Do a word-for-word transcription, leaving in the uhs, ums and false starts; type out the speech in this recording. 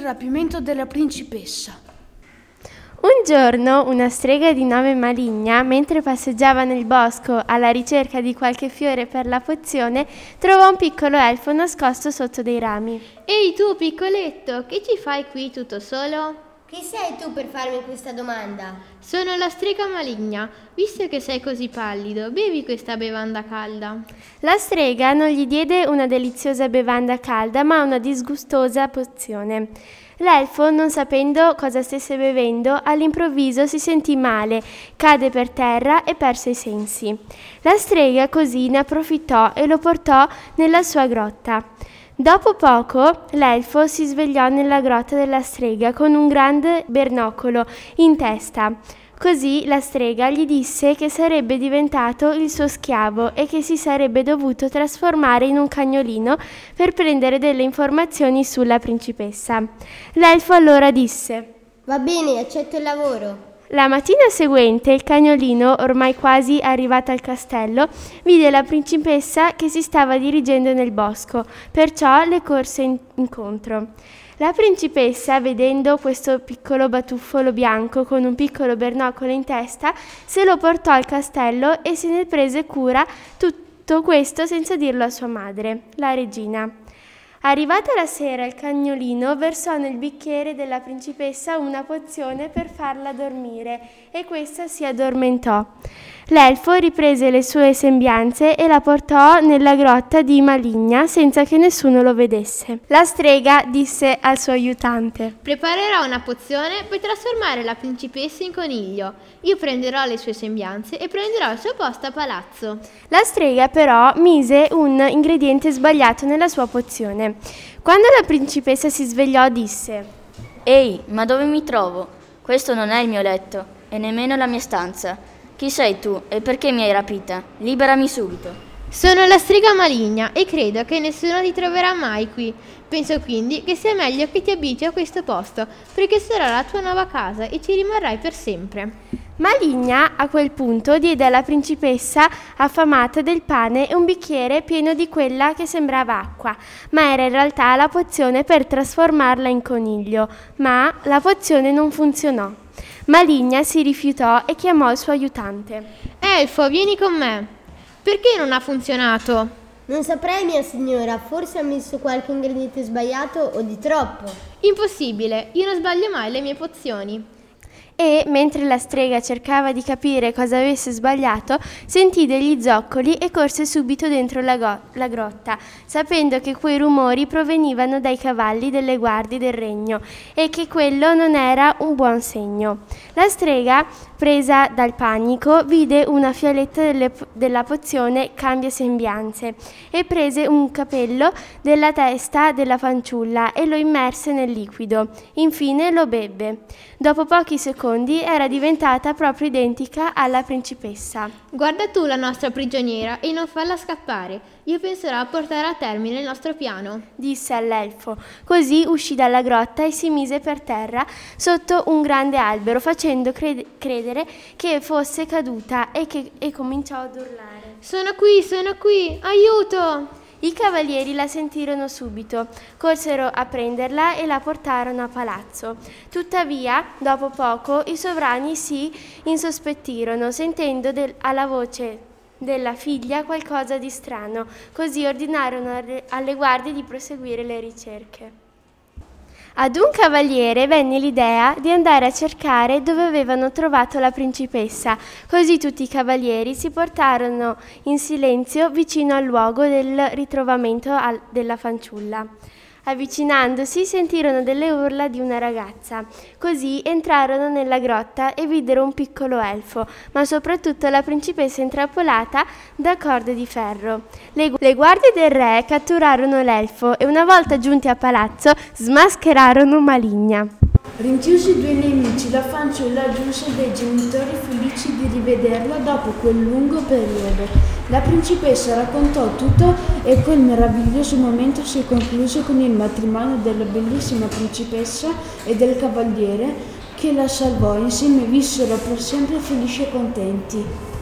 rapimento della principessa. Un giorno una strega di nome Maligna, mentre passeggiava nel bosco alla ricerca di qualche fiore per la pozione, trovò un piccolo elfo nascosto sotto dei rami. Ehi tu, piccoletto, che ci fai qui tutto solo? Chi sei tu per farmi questa domanda? Sono la strega Maligna. Visto che sei così pallido, bevi questa bevanda calda. La strega non gli diede una deliziosa bevanda calda, ma una disgustosa pozione. L'elfo, non sapendo cosa stesse bevendo, all'improvviso si sentì male, cade per terra e perse i sensi. La strega così ne approfittò e lo portò nella sua grotta. Dopo poco l'elfo si svegliò nella grotta della strega con un grande bernocolo in testa. Così la strega gli disse che sarebbe diventato il suo schiavo e che si sarebbe dovuto trasformare in un cagnolino per prendere delle informazioni sulla principessa. L'elfo allora disse: Va bene, accetto il lavoro. La mattina seguente il cagnolino, ormai quasi arrivato al castello, vide la principessa che si stava dirigendo nel bosco, perciò le corse in- incontro. La principessa, vedendo questo piccolo batuffolo bianco con un piccolo bernocolo in testa, se lo portò al castello e se ne prese cura, tutto questo senza dirlo a sua madre, la regina. Arrivata la sera, il cagnolino versò nel bicchiere della principessa una pozione per farla dormire e questa si addormentò. L'elfo riprese le sue sembianze e la portò nella grotta di Maligna senza che nessuno lo vedesse. La strega disse al suo aiutante: Preparerò una pozione per trasformare la principessa in coniglio. Io prenderò le sue sembianze e prenderò il suo posto a palazzo. La strega però mise un ingrediente sbagliato nella sua pozione. Quando la principessa si svegliò disse: Ehi, ma dove mi trovo? Questo non è il mio letto e nemmeno la mia stanza. Chi sei tu e perché mi hai rapita? Liberami subito. Sono la strega Maligna e credo che nessuno ti troverà mai qui. Penso quindi che sia meglio che ti abitui a questo posto, perché sarà la tua nuova casa e ci rimarrai per sempre. Maligna a quel punto diede alla principessa affamata del pane e un bicchiere pieno di quella che sembrava acqua, ma era in realtà la pozione per trasformarla in coniglio, ma la pozione non funzionò. Maligna si rifiutò e chiamò il suo aiutante. Elfo, vieni con me. Perché non ha funzionato? Non saprei, mia signora, forse ha messo qualche ingrediente sbagliato o di troppo. Impossibile, io non sbaglio mai le mie pozioni. E, mentre la strega cercava di capire cosa avesse sbagliato, sentì degli zoccoli e corse subito dentro la, go- la grotta, sapendo che quei rumori provenivano dai cavalli delle guardie del regno e che quello non era un buon segno. La strega, presa dal panico, vide una fialetta delle, della pozione cambia sembianze e prese un capello della testa della fanciulla e lo immerse nel liquido. Infine lo bevve. Dopo pochi secondi era diventata proprio identica alla principessa. Guarda tu la nostra prigioniera e non farla scappare. Io penserò a portare a termine il nostro piano, disse all'elfo. Così uscì dalla grotta e si mise per terra sotto un grande albero, facendo cred- credere che fosse caduta e, che- e cominciò ad urlare. Sono qui, sono qui, aiuto! I cavalieri la sentirono subito, corsero a prenderla e la portarono a palazzo. Tuttavia, dopo poco, i sovrani si insospettirono, sentendo del- alla voce della figlia qualcosa di strano, così ordinarono alle guardie di proseguire le ricerche. Ad un cavaliere venne l'idea di andare a cercare dove avevano trovato la principessa, così tutti i cavalieri si portarono in silenzio vicino al luogo del ritrovamento al- della fanciulla. Avvicinandosi sentirono delle urla di una ragazza, così entrarono nella grotta e videro un piccolo elfo, ma soprattutto la principessa intrappolata da corde di ferro. Le, gu- le guardie del re catturarono l'elfo e una volta giunti a palazzo smascherarono Maligna. Rinchiusi i due nemici, la fanciulla giunse dai genitori felici di rivederla dopo quel lungo periodo. La principessa raccontò tutto e quel meraviglioso momento si concluse con il matrimonio della bellissima principessa e del cavaliere che la salvò. Insieme vissero per sempre felici e contenti.